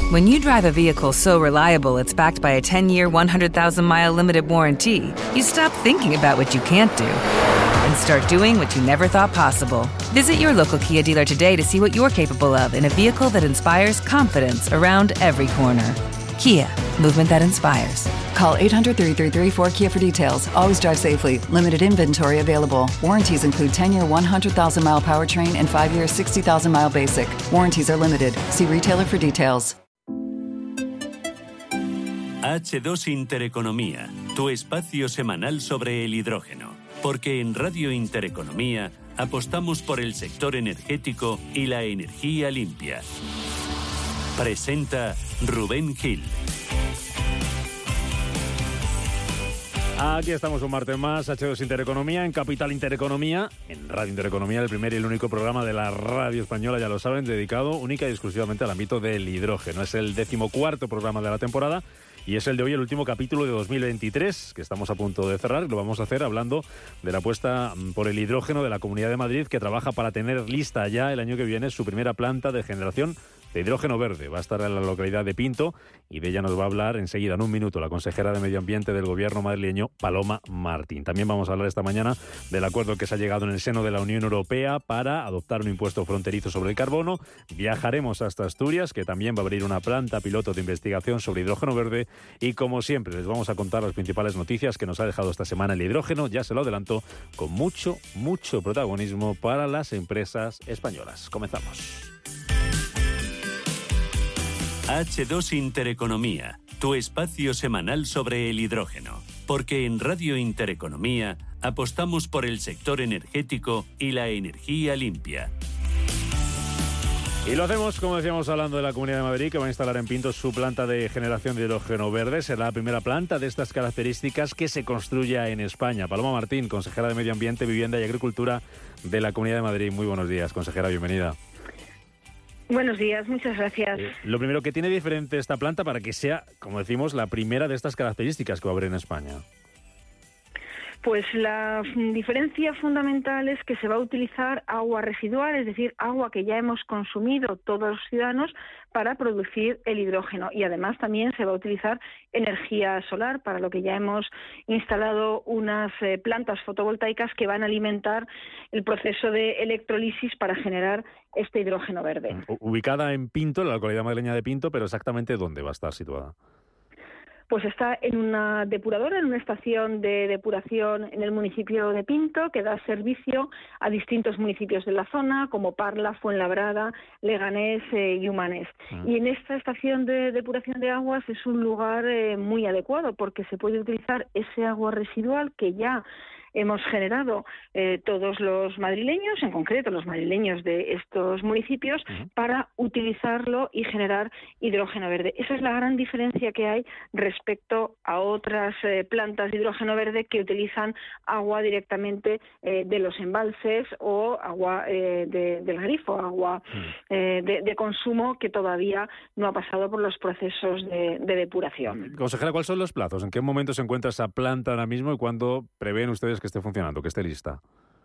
When you drive a vehicle so reliable it's backed by a 10-year, 100,000-mile limited warranty, you stop thinking about what you can't do and start doing what you never thought possible. Visit your local Kia dealer today to see what you're capable of in a vehicle that inspires confidence around every corner. Kia, movement that inspires. Call 800-3334-KIA for details. Always drive safely. Limited inventory available. Warranties include 10-year 100,000-mile powertrain and 5-year 60,000-mile basic. Warranties are limited. See retailer for details. H2 Intereconomía, tu espacio semanal sobre el hidrógeno. Porque en Radio Intereconomía apostamos por el sector energético y la energía limpia. Presenta Rubén Gil. Aquí estamos un martes más, H2 Intereconomía, en Capital Intereconomía, en Radio Intereconomía, el primer y el único programa de la radio española, ya lo saben, dedicado única y exclusivamente al ámbito del hidrógeno. Es el 14º programa de la temporada y es el de hoy, el último capítulo de 2023, que estamos a punto de cerrar. Lo vamos a hacer hablando de la apuesta por el hidrógeno de la Comunidad de Madrid, que trabaja para tener lista ya el año que viene su primera planta de generación de hidrógeno verde. Va a estar en la localidad de Pinto y de ella nos va a hablar enseguida, en un minuto, la consejera de Medio Ambiente del Gobierno madrileño, Paloma Martín. También vamos a hablar esta mañana del acuerdo que se ha llegado en el seno de la Unión Europea para adoptar un impuesto fronterizo sobre el carbono. Viajaremos hasta Asturias, que también va a abrir una planta piloto de investigación sobre hidrógeno verde. Y como siempre, les vamos a contar las principales noticias que nos ha dejado esta semana el hidrógeno, ya se lo adelanto, con mucho protagonismo para las empresas españolas. Comenzamos. H2 Intereconomía, tu espacio semanal sobre el hidrógeno. Porque en Radio Intereconomía apostamos por el sector energético y la energía limpia. Y lo hacemos, como decíamos, hablando de la Comunidad de Madrid, que va a instalar en Pinto su planta de generación de hidrógeno verde. Será la primera planta de estas características que se construya en España. Paloma Martín, consejera de Medio Ambiente, Vivienda y Agricultura de la Comunidad de Madrid. Muy buenos días, consejera, bienvenida. Buenos días, muchas gracias. Lo primero, ¿qué tiene diferente esta planta para que sea, como decimos, la primera de estas características que va a haber en España? Pues la diferencia fundamental es que se va a utilizar agua residual, es decir, agua que ya hemos consumido todos los ciudadanos para producir el hidrógeno. Y además también se va a utilizar energía solar, para lo que ya hemos instalado unas plantas fotovoltaicas que van a alimentar el proceso de electrolisis para generar este hidrógeno verde. Ubicada en Pinto, en la localidad madrileña de Pinto, pero exactamente ¿dónde va a estar situada? Pues está en una depuradora, en una estación de depuración en el municipio de Pinto, que da servicio a distintos municipios de la zona, como Parla, Fuenlabrada, Leganés y Humanes. Y en esta estación de depuración de aguas es un lugar muy adecuado, porque se puede utilizar ese agua residual que ya hemos generado todos los madrileños, en concreto los madrileños de estos municipios, para utilizarlo y generar hidrógeno verde. Esa es la gran diferencia que hay respecto a otras plantas de hidrógeno verde que utilizan agua directamente de los embalses o agua del grifo, agua de consumo que todavía no ha pasado por los procesos de depuración. Consejera, ¿cuáles son los plazos? ¿En qué momento se encuentra esa planta ahora mismo y cuándo prevén ustedes que esté funcionando, que esté lista?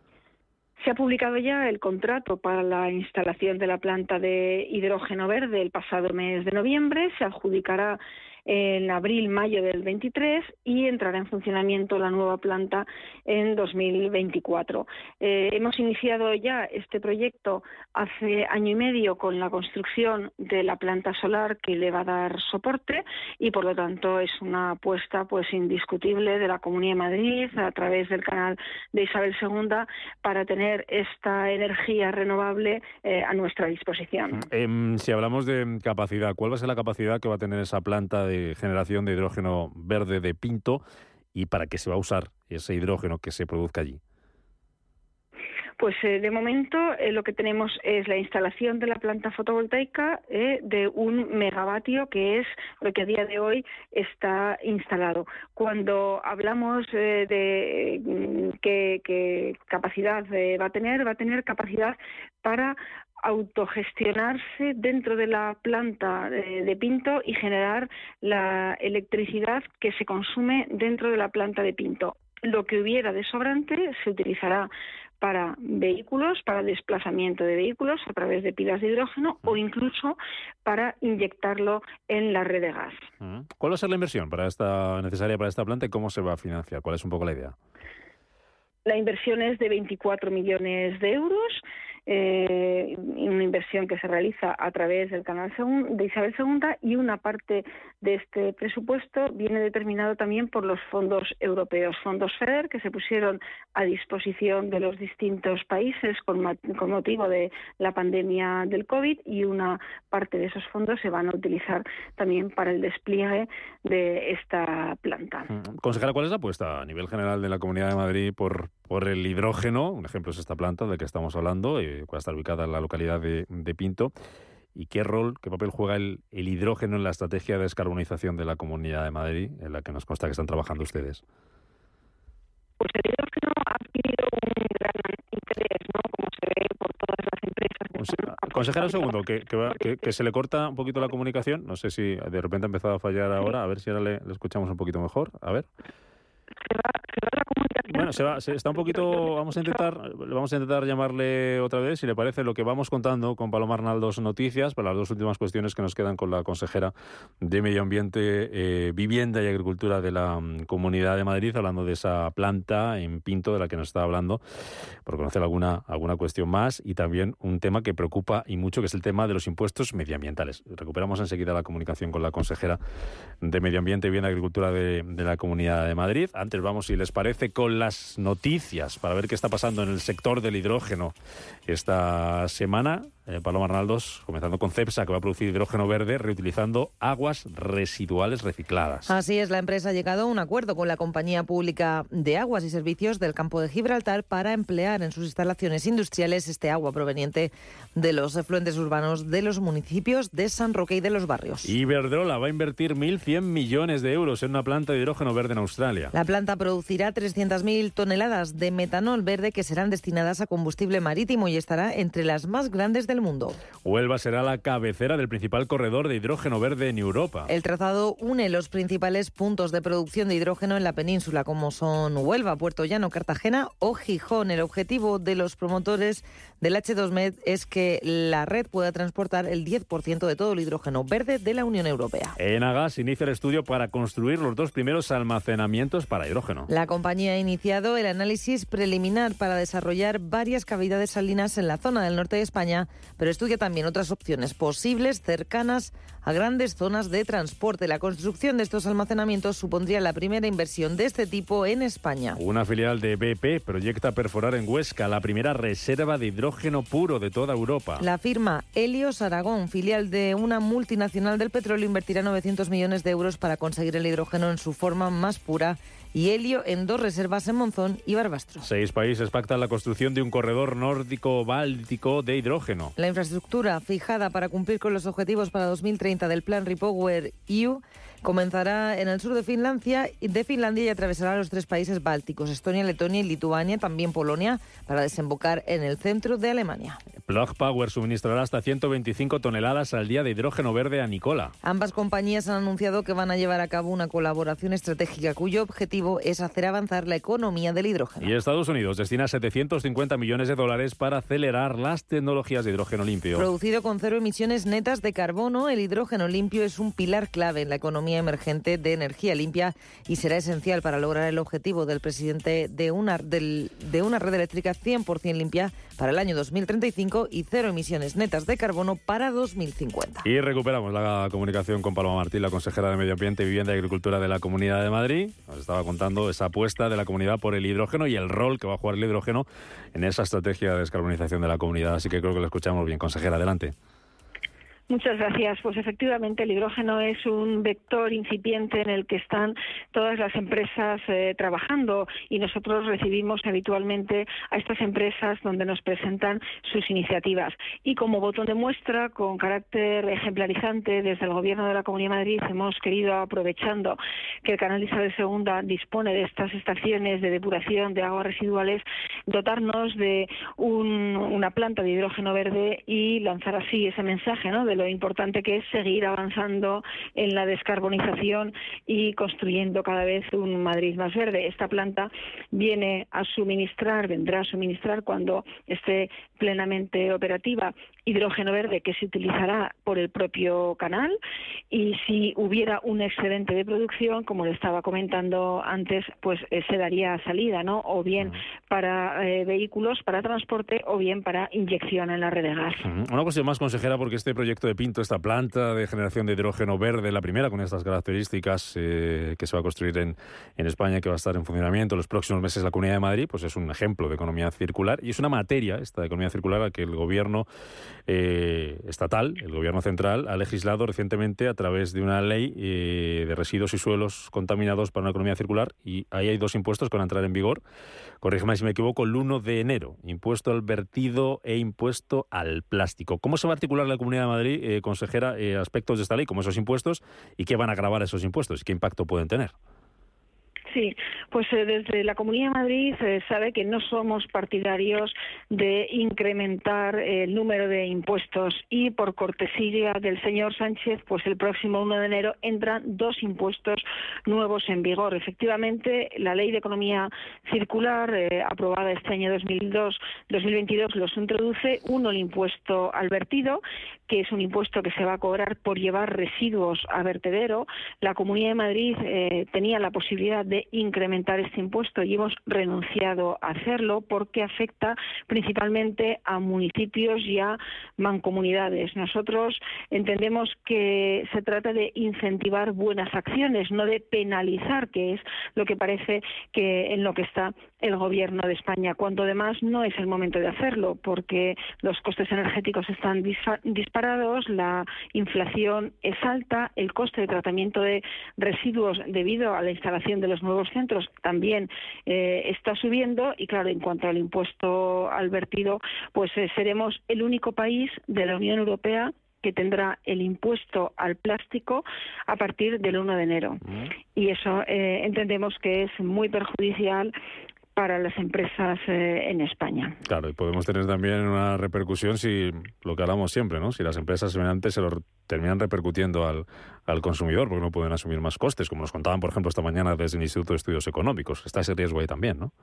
Se ha publicado ya el contrato para la instalación de la planta de hidrógeno verde el pasado mes de noviembre. Se adjudicará en abril-mayo del 23 y entrará en funcionamiento la nueva planta en 2024. Hemos iniciado ya este proyecto hace año y medio con la construcción de la planta solar que le va a dar soporte y por lo tanto es una apuesta pues indiscutible de la Comunidad de Madrid a través del canal de Isabel II para tener esta energía renovable a nuestra disposición. Si hablamos de capacidad, ¿cuál va a ser la capacidad que va a tener esa planta de generación de hidrógeno verde de Pinto y para qué se va a usar ese hidrógeno que se produzca allí? Pues de momento lo que tenemos es la instalación de la planta fotovoltaica de 1 megavatio, que es lo que a día de hoy está instalado. Cuando hablamos de qué capacidad va a tener capacidad para autogestionarse dentro de la planta de Pinto y generar la electricidad que se consume dentro de la planta de Pinto. Lo que hubiera de sobrante se utilizará para vehículos, para desplazamiento de vehículos a través de pilas de hidrógeno o incluso para inyectarlo en la red de gas. ¿Cuál va a ser la inversión necesaria para esta planta y cómo se va a financiar? ¿Cuál es un poco la idea? La inversión es de 24 millones de euros, una inversión que se realiza a través del canal de Isabel II, y una parte de este presupuesto viene determinado también por los fondos europeos, fondos FEDER, que se pusieron a disposición de los distintos países con motivo de la pandemia del COVID, y una parte de esos fondos se van a utilizar también para el despliegue de esta planta. Consejera, ¿cuál es la apuesta a nivel general de la Comunidad de Madrid por el hidrógeno? Un ejemplo es esta planta de que estamos hablando, que va a estar ubicada en la localidad de Pinto. ¿Y qué papel juega el hidrógeno en la estrategia de descarbonización de la Comunidad de Madrid, en la que nos consta que están trabajando ustedes? Pues el hidrógeno ha adquirido un gran interés, ¿no? Como se ve por todas las empresas. Consejera, un segundo, que se le corta un poquito la comunicación. No sé si de repente ha empezado a fallar ahora. A ver si ahora le escuchamos un poquito mejor. A ver. Se va la comunicación. Bueno, está un poquito. Vamos a intentar llamarle otra vez, si le parece, lo que vamos contando con Paloma Arnaldos Noticias, para las dos últimas cuestiones que nos quedan con la consejera de Medio Ambiente, Vivienda y Agricultura de la Comunidad de Madrid, hablando de esa planta en Pinto de la que nos está hablando, por conocer alguna cuestión más, y también un tema que preocupa y mucho, que es el tema de los impuestos medioambientales. Recuperamos enseguida la comunicación con la consejera de Medio Ambiente, Vivienda y Agricultura de la Comunidad de Madrid. Antes vamos, si les parece, con las noticias para ver qué está pasando en el sector del hidrógeno esta semana. Paloma Arnaldos, comenzando con Cepsa, que va a producir hidrógeno verde reutilizando aguas residuales recicladas. Así es, la empresa ha llegado a un acuerdo con la Compañía Pública de Aguas y Servicios del Campo de Gibraltar para emplear en sus instalaciones industriales este agua proveniente de los efluentes urbanos de los municipios de San Roque y de Los Barrios. Iberdrola va a invertir 1.100 millones de euros en una planta de hidrógeno verde en Australia. La planta producirá 300.000 toneladas de metanol verde que serán destinadas a combustible marítimo y estará entre las más grandes del mundo. Huelva será la cabecera del principal corredor de hidrógeno verde en Europa. El trazado une los principales puntos de producción de hidrógeno en la península, como son Huelva, Puerto Llano, Cartagena o Gijón. El objetivo de los promotores del H2Med es que la red pueda transportar el 10% de todo el hidrógeno verde de la Unión Europea. Enagas inicia el estudio para construir los dos primeros almacenamientos para hidrógeno. La compañía ha iniciado el análisis preliminar para desarrollar varias cavidades salinas en la zona del norte de España, pero estudia también otras opciones posibles cercanas a grandes zonas de transporte. La construcción de estos almacenamientos supondría la primera inversión de este tipo en España. Una filial de BP proyecta perforar en Huesca la primera reserva de hidrógeno puro de toda Europa. La firma Helios Aragón, filial de una multinacional del petróleo, invertirá 900 millones de euros para conseguir el hidrógeno en su forma más pura y helio en dos reservas en Monzón y Barbastro. 6 países pactan la construcción de un corredor nórdico-báltico de hidrógeno. La infraestructura fijada para cumplir con los objetivos para 2030 del plan REPowerEU comenzará en el sur de Finlandia y atravesará los 3 países bálticos, Estonia, Letonia y Lituania, también Polonia, para desembocar en el centro de Alemania. Plug Power suministrará hasta 125 toneladas al día de hidrógeno verde a Nikola. Ambas compañías han anunciado que van a llevar a cabo una colaboración estratégica cuyo objetivo es hacer avanzar la economía del hidrógeno. Y Estados Unidos destina $750 millones para acelerar las tecnologías de hidrógeno limpio. Producido con 0 emisiones netas de carbono, el hidrógeno limpio es un pilar clave en la economía emergente de energía limpia y será esencial para lograr el objetivo del presidente de una red eléctrica 100% limpia para el año 2035 y 0 emisiones netas de carbono para 2050. Y recuperamos la comunicación con Paloma Martín, la consejera de Medio Ambiente, Vivienda y Agricultura de la Comunidad de Madrid. Nos estaba contando esa apuesta de la comunidad por el hidrógeno y el rol que va a jugar el hidrógeno en esa estrategia de descarbonización de la comunidad. Así que creo que lo escuchamos bien. Consejera, adelante. Muchas gracias. Pues efectivamente el hidrógeno es un vector incipiente en el que están todas las empresas trabajando y nosotros recibimos habitualmente a estas empresas donde nos presentan sus iniciativas. Y como botón de muestra, con carácter ejemplarizante, desde el Gobierno de la Comunidad de Madrid hemos querido, aprovechando que el Canal de Isabel II dispone de estas estaciones de depuración de aguas residuales, dotarnos de una planta de hidrógeno verde y lanzar así ese mensaje, ¿no?, de lo importante que es seguir avanzando en la descarbonización y construyendo cada vez un Madrid más verde. Esta planta vendrá a suministrar cuando esté plenamente operativa hidrógeno verde que se utilizará por el propio canal, y si hubiera un excedente de producción, como le estaba comentando antes, pues se daría salida, ¿no? O bien para vehículos, para transporte, o bien para inyección en la red de gas. Una cuestión más, consejera, porque este proyecto de Pinto, esta planta de generación de hidrógeno verde, la primera con estas características que se va a construir en España, que va a estar en funcionamiento los próximos meses en la Comunidad de Madrid, pues es un ejemplo de economía circular, y es una materia, esta de economía circular, a que el gobierno estatal, el gobierno central, ha legislado recientemente a través de una ley de residuos y suelos contaminados para una economía circular, y ahí hay 2 impuestos que van a entrar en vigor, corrígeme si me equivoco, el 1 de enero, impuesto al vertido e impuesto al plástico. ¿Cómo se va a articular la Comunidad de Madrid, consejera, aspectos de esta ley, como esos impuestos, y qué van a gravar esos impuestos y qué impacto pueden tener? Sí, pues desde la Comunidad de Madrid sabe que no somos partidarios de incrementar el número de impuestos, y por cortesía del señor Sánchez, pues el próximo 1 de enero entran 2 impuestos nuevos en vigor. Efectivamente, la Ley de Economía Circular, aprobada este año 2022, los introduce. Uno, el impuesto al vertido, que es un impuesto que se va a cobrar por llevar residuos a vertedero. La Comunidad de Madrid tenía la posibilidad de incrementar este impuesto y hemos renunciado a hacerlo porque afecta principalmente a municipios y a mancomunidades. Nosotros entendemos que se trata de incentivar buenas acciones, no de penalizar, que es lo que parece que en lo que está el Gobierno de España, cuando además no es el momento de hacerlo, porque los costes energéticos están disparados, la inflación es alta, el coste de tratamiento de residuos debido a la instalación de los nuevos centros también está subiendo, y claro, en cuanto al impuesto al vertido, pues seremos el único país de la Unión Europea que tendrá el impuesto al plástico a partir del 1 de enero. Y eso entendemos que es muy perjudicial para las empresas en España. Claro, y podemos tener también una repercusión si lo que hablamos siempre, ¿no? Si las empresas semejantes se lo terminan repercutiendo al consumidor, porque no pueden asumir más costes, como nos contaban, por ejemplo, esta mañana desde el Instituto de Estudios Económicos. Está ese riesgo ahí también, ¿no?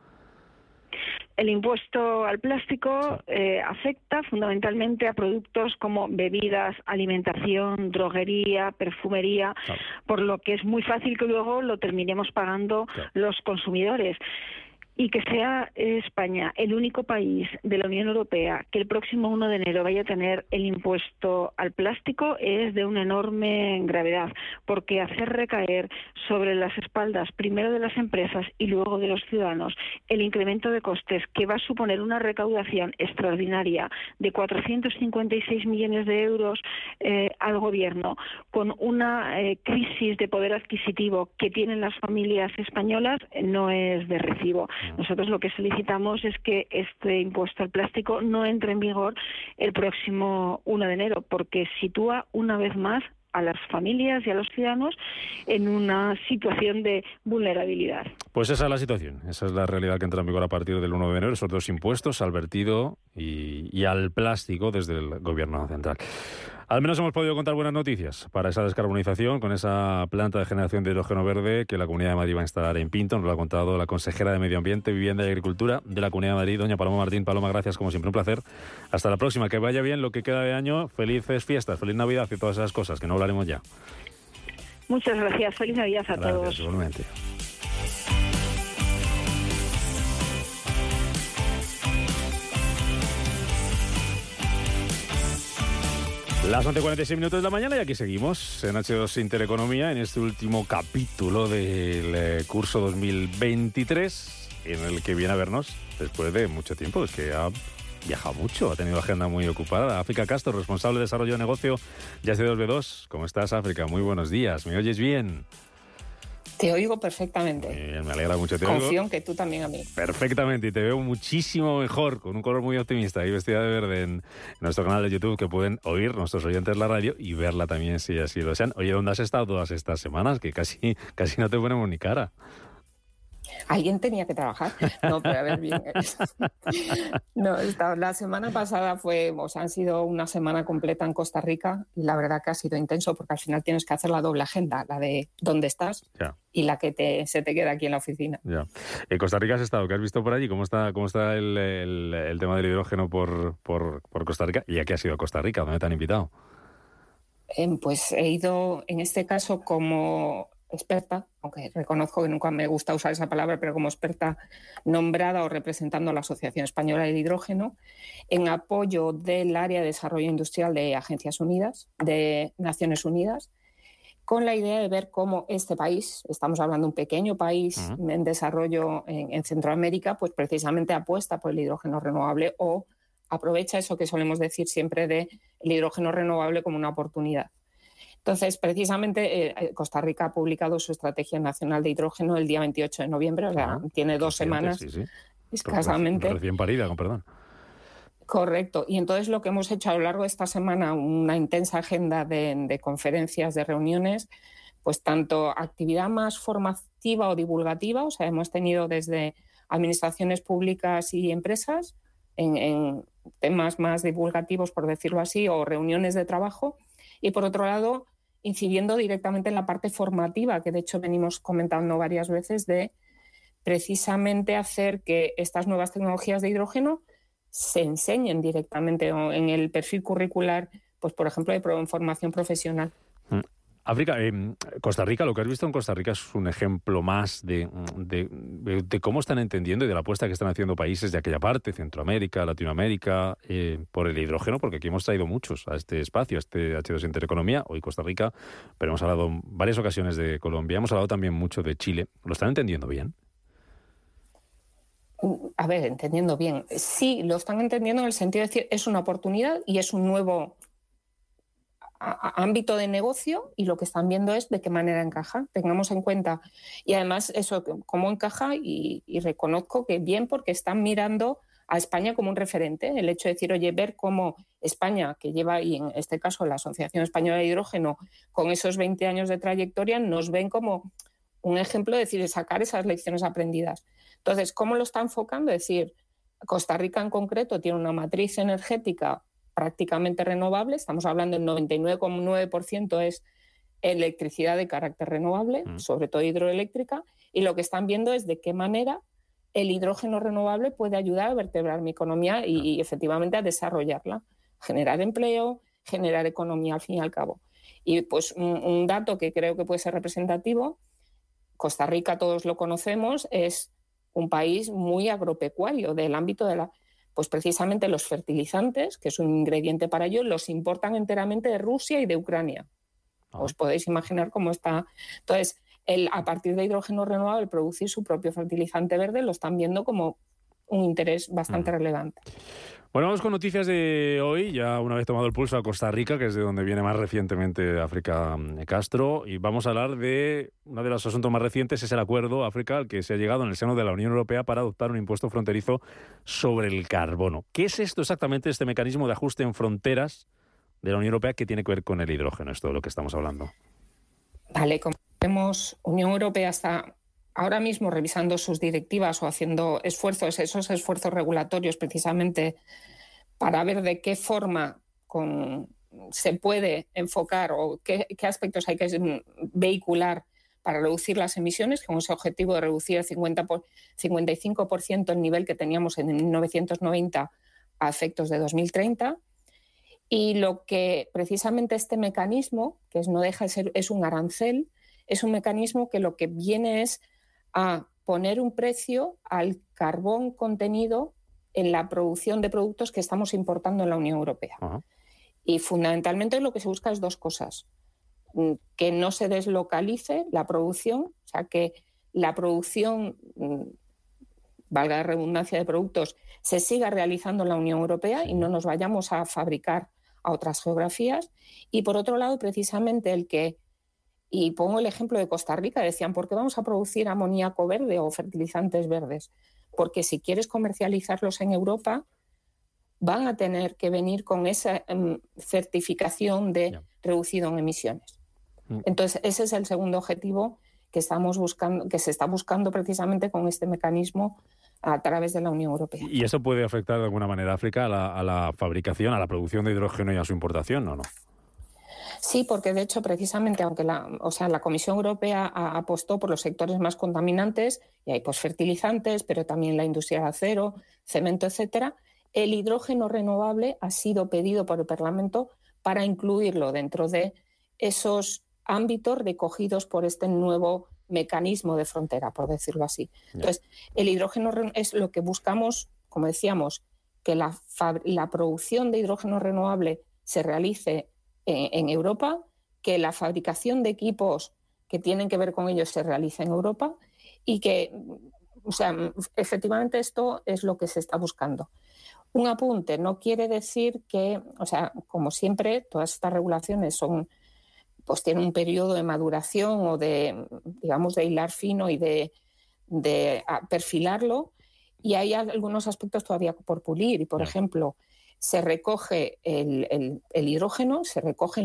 El impuesto al plástico afecta fundamentalmente a productos como bebidas, alimentación, droguería, perfumería, por lo que es muy fácil que luego lo terminemos pagando los consumidores. Y que sea España el único país de la Unión Europea que el próximo 1 de enero vaya a tener el impuesto al plástico es de una enorme gravedad, porque hacer recaer sobre las espaldas primero de las empresas y luego de los ciudadanos el incremento de costes que va a suponer una recaudación extraordinaria de 456 millones de euros al Gobierno, con una crisis de poder adquisitivo que tienen las familias españolas, no es de recibo. Nosotros lo que solicitamos es que este impuesto al plástico no entre en vigor el próximo 1 de enero, porque sitúa una vez más a las familias y a los ciudadanos en una situación de vulnerabilidad. Pues esa es la situación, esa es la realidad que entra en vigor a partir del 1 de enero, esos 2 impuestos al vertido y al plástico desde el Gobierno central. Al menos hemos podido contar buenas noticias para esa descarbonización con esa planta de generación de hidrógeno verde que la Comunidad de Madrid va a instalar en Pinto. Nos lo ha contado la consejera de Medio Ambiente, Vivienda y Agricultura de la Comunidad de Madrid, doña Paloma Martín. Paloma, gracias, como siempre, un placer. Hasta la próxima, que vaya bien lo que queda de año. Felices fiestas, feliz Navidad y todas esas cosas, que no hablaremos ya. Muchas gracias, feliz Navidad a todos. Igualmente. Las 11:46 de la mañana y aquí seguimos en H2 Intereconomía en este último capítulo del curso 2023 en el que viene a vernos después de mucho tiempo. Es que ha viajado mucho, ha tenido agenda muy ocupada. África Castro, responsable de desarrollo de negocio de H2B2. ¿Cómo estás, África? Muy buenos días. ¿Me oyes bien? Te oigo perfectamente. Bien, me alegra mucho. Confío en que tú también a mí. Perfectamente, y te veo muchísimo mejor, con un color muy optimista, ahí vestida de verde en nuestro canal de YouTube, que pueden oír nuestros oyentes la radio y verla también si así lo desean. Oye, ¿dónde has estado todas estas semanas? Que casi no te ponemos ni cara. Alguien tenía que trabajar. No, pero a ver, bien. No, la semana pasada han sido una semana completa en Costa Rica y la verdad que ha sido intenso porque al final tienes que hacer la doble agenda, la de dónde estás y la que se te queda aquí en la oficina. Ya. En Costa Rica has estado, ¿qué has visto por allí? ¿Cómo está el tema del hidrógeno por Costa Rica? ¿Y a qué has ido a Costa Rica? ¿Dónde te han invitado? Pues he ido, en este caso, como experta, aunque reconozco que nunca me gusta usar esa palabra, pero como experta nombrada o representando a la Asociación Española del Hidrógeno, en apoyo del área de desarrollo industrial de Agencias Unidas, de Naciones Unidas, con la idea de ver cómo este país, estamos hablando de un pequeño país en desarrollo en Centroamérica, pues precisamente apuesta por el hidrógeno renovable o aprovecha eso que solemos decir siempre de el hidrógeno renovable como una oportunidad. Entonces, precisamente, Costa Rica ha publicado su Estrategia Nacional de Hidrógeno el día 28 de noviembre, o sea, tiene 2 semanas escasamente. Recién parida, con perdón. Correcto. Y entonces lo que hemos hecho a lo largo de esta semana, una intensa agenda de conferencias, de reuniones, pues tanto actividad más formativa o divulgativa, o sea, hemos tenido desde administraciones públicas y empresas en temas más divulgativos, por decirlo así, o reuniones de trabajo, y por otro lado, incidiendo directamente en la parte formativa, que de hecho venimos comentando varias veces, de precisamente hacer que estas nuevas tecnologías de hidrógeno se enseñen directamente en el perfil curricular, pues por ejemplo, de formación profesional. África, Costa Rica, lo que has visto en Costa Rica es un ejemplo más de cómo están entendiendo y de la apuesta que están haciendo países de aquella parte, Centroamérica, Latinoamérica, por el hidrógeno, porque aquí hemos traído muchos a este espacio, a este H2 Intereconomía, hoy Costa Rica, pero hemos hablado en varias ocasiones de Colombia, hemos hablado también mucho de Chile. ¿Lo están entendiendo bien? A ver, entendiendo bien. Sí, lo están entendiendo en el sentido de decir, es una oportunidad y es un nuevo ámbito de negocio y lo que están viendo es de qué manera encaja. Tengamos en cuenta, y además eso, cómo encaja y reconozco que bien porque están mirando a España como un referente. El hecho de decir, oye, ver cómo España, que lleva, y en este caso la Asociación Española de Hidrógeno, con esos 20 años de trayectoria, nos ven como un ejemplo de decir, de sacar esas lecciones aprendidas. Entonces, ¿cómo lo está enfocando? Es decir, Costa Rica en concreto tiene una matriz energética prácticamente renovable, estamos hablando del 99,9% es electricidad de carácter renovable, sobre todo hidroeléctrica, y lo que están viendo es de qué manera el hidrógeno renovable puede ayudar a vertebrar mi economía y efectivamente a desarrollarla, generar empleo, generar economía al fin y al cabo. Y pues un dato que creo que puede ser representativo, Costa Rica, todos lo conocemos, es un país muy agropecuario del ámbito de pues precisamente los fertilizantes, que es un ingrediente para ello, los importan enteramente de Rusia y de Ucrania. Os podéis imaginar cómo está. Entonces, a partir de hidrógeno renovable, producir su propio fertilizante verde lo están viendo como un interés bastante relevante. Bueno, vamos con noticias de hoy, ya una vez tomado el pulso a Costa Rica, que es de donde viene más recientemente África Castro, y vamos a hablar de uno de los asuntos más recientes, es el acuerdo África al que se ha llegado en el seno de la Unión Europea para adoptar un impuesto fronterizo sobre el carbono. ¿Qué es esto exactamente, este mecanismo de ajuste en fronteras de la Unión Europea que tiene que ver con el hidrógeno? Esto de lo que estamos hablando. Vale, como vemos, Unión Europea está ahora mismo revisando sus directivas o haciendo esos esfuerzos regulatorios precisamente para ver de qué forma se puede enfocar o qué aspectos hay que vehicular para reducir las emisiones, con ese objetivo de reducir el 55% el nivel que teníamos en 1990 a efectos de 2030. Y lo que precisamente este mecanismo, que no deja de ser, es un arancel, es un mecanismo que lo que viene es a poner un precio al carbón contenido en la producción de productos que estamos importando en la Unión Europea. Uh-huh. Y fundamentalmente lo que se busca es dos cosas. Que no se deslocalice la producción, o sea, que la producción, valga la redundancia, de productos se siga realizando en la Unión Europea y no nos vayamos a fabricar a otras geografías. Y por otro lado, precisamente y pongo el ejemplo de Costa Rica, decían, ¿por qué vamos a producir amoníaco verde o fertilizantes verdes? Porque si quieres comercializarlos en Europa, van a tener que venir con esa certificación de reducido en emisiones. Entonces, ese es el segundo objetivo que se está buscando precisamente con este mecanismo a través de la Unión Europea. ¿Y eso puede afectar de alguna manera, África, a la fabricación, a la producción de hidrógeno y a su importación, o no? Sí, porque de hecho, precisamente, aunque la Comisión Europea apostó por los sectores más contaminantes, y hay pues fertilizantes, pero también la industria de acero, cemento, etcétera, el hidrógeno renovable ha sido pedido por el Parlamento para incluirlo dentro de esos ámbitos recogidos por este nuevo mecanismo de frontera, por decirlo así. Entonces, el hidrógeno es lo que buscamos, como decíamos, que la producción de hidrógeno renovable se realice en Europa, que la fabricación de equipos que tienen que ver con ellos se realice en Europa y que, efectivamente esto es lo que se está buscando. Un apunte, no quiere decir que, como siempre, todas estas regulaciones tienen un periodo de maduración o de hilar fino y de perfilarlo, y hay algunos aspectos todavía por pulir. Y, por ejemplo, se recoge el hidrógeno, se recogen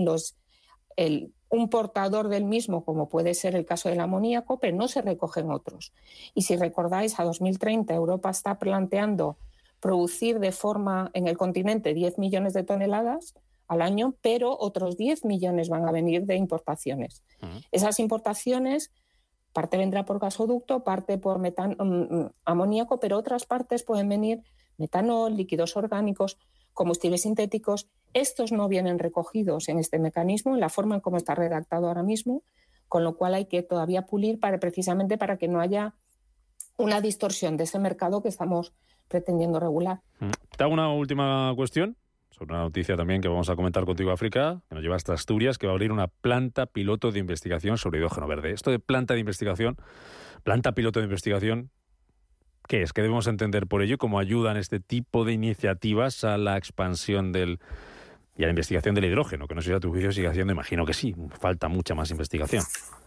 un portador del mismo, como puede ser el caso del amoníaco, pero no se recogen otros. Y si recordáis, a 2030 Europa está planteando producir de forma en el continente 10 millones de toneladas al año, pero otros 10 millones van a venir de importaciones. Esas importaciones, parte vendrá por gasoducto, parte por amoníaco, pero otras partes pueden venir metanol, líquidos orgánicos, combustibles sintéticos. Estos no vienen recogidos en este mecanismo, en la forma en cómo está redactado ahora mismo, con lo cual hay que todavía pulir precisamente para que no haya una distorsión de ese mercado que estamos pretendiendo regular. Te hago una última cuestión sobre una noticia también que vamos a comentar contigo, África, que nos lleva hasta Asturias, que va a abrir una planta piloto de investigación sobre hidrógeno verde. Esto de planta piloto de investigación, ¿qué es? ¿Qué debemos entender por ello? ¿Cómo ayudan este tipo de iniciativas a la expansión y a la investigación del hidrógeno? Que no sé si a tu juicio sigue haciendo, imagino que sí, falta mucha más investigación.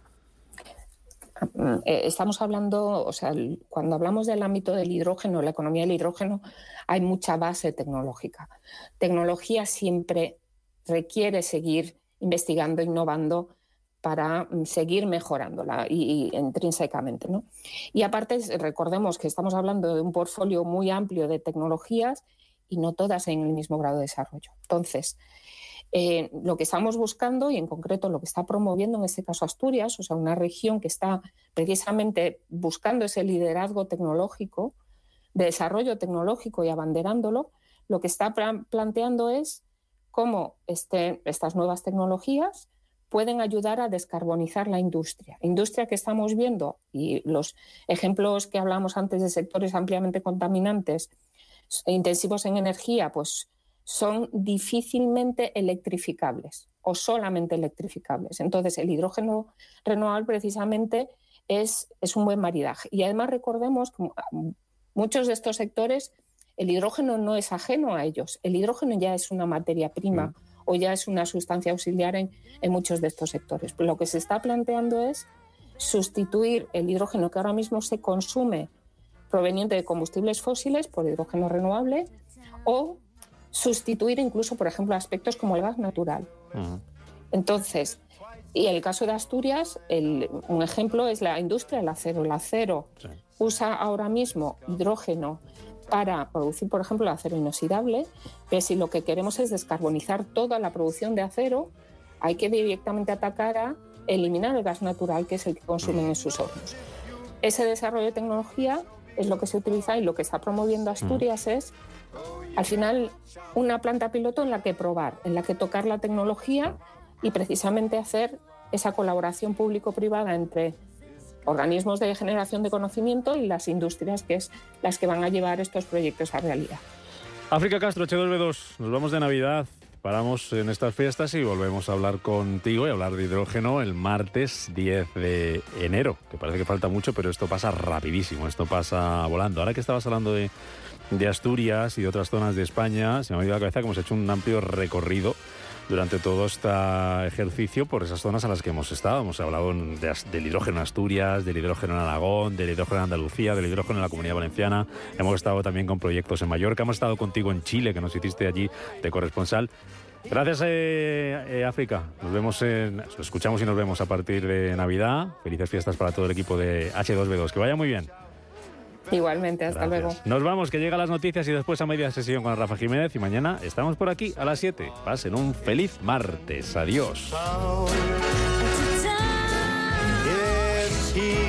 Estamos hablando, cuando hablamos del ámbito del hidrógeno, la economía del hidrógeno, hay mucha base tecnológica. Tecnología siempre requiere seguir investigando, innovando para seguir mejorándola y intrínsecamente, ¿no? Y aparte, recordemos que estamos hablando de un portfolio muy amplio de tecnologías y no todas en el mismo grado de desarrollo. Entonces, lo que estamos buscando, y en concreto lo que está promoviendo en este caso Asturias, una región que está precisamente buscando ese liderazgo tecnológico, de desarrollo tecnológico y abanderándolo, lo que está planteando es cómo estas nuevas tecnologías pueden ayudar a descarbonizar la industria que estamos viendo, y los ejemplos que hablamos antes de sectores ampliamente contaminantes e intensivos en energía, pues son difícilmente electrificables o solamente electrificables. Entonces, el hidrógeno renovable precisamente es un buen maridaje. Y además recordemos que muchos de estos sectores, el hidrógeno no es ajeno a ellos. El hidrógeno ya es una materia prima o ya es una sustancia auxiliar en muchos de estos sectores. Pero lo que se está planteando es sustituir el hidrógeno que ahora mismo se consume proveniente de combustibles fósiles por hidrógeno renovable, o sustituir incluso, por ejemplo, aspectos como el gas natural. Entonces, y el caso de Asturias, un ejemplo es la industria del acero. El acero usa ahora mismo hidrógeno para producir, por ejemplo, el acero inoxidable, pero si lo que queremos es descarbonizar toda la producción de acero, hay que directamente atacar a eliminar el gas natural, que es el que consumen en sus hornos. Ese desarrollo de tecnología es lo que se utiliza, y lo que está promoviendo Asturias es, al final, una planta piloto en la que probar, en la que tocar la tecnología y precisamente hacer esa colaboración público-privada entre organismos de generación de conocimiento y las industrias, que es las que van a llevar estos proyectos a realidad. África Castro, H2B2, nos vamos de Navidad, paramos en estas fiestas y volvemos a hablar contigo y hablar de hidrógeno el martes 10 de enero, que parece que falta mucho, pero esto pasa rapidísimo, esto pasa volando. Ahora que estabas hablando de Asturias y de otras zonas de España, se me ha ido la cabeza que hemos hecho un amplio recorrido durante todo este ejercicio por esas zonas a las que hemos estado. Hemos hablado del hidrógeno en Asturias, del hidrógeno en Aragón, del hidrógeno en Andalucía, del hidrógeno en la Comunidad Valenciana. Hemos estado también con proyectos en Mallorca. Hemos estado contigo en Chile, que nos hiciste allí de corresponsal. Gracias, África. Nos escuchamos y nos vemos a partir de Navidad. Felices fiestas para todo el equipo de H2B2. Que vaya muy bien. Igualmente, hasta luego. Nos vamos, que llegan las noticias y después a media sesión con Rafa Jiménez. Y mañana estamos por aquí a las 7. Pasen un feliz martes. Adiós.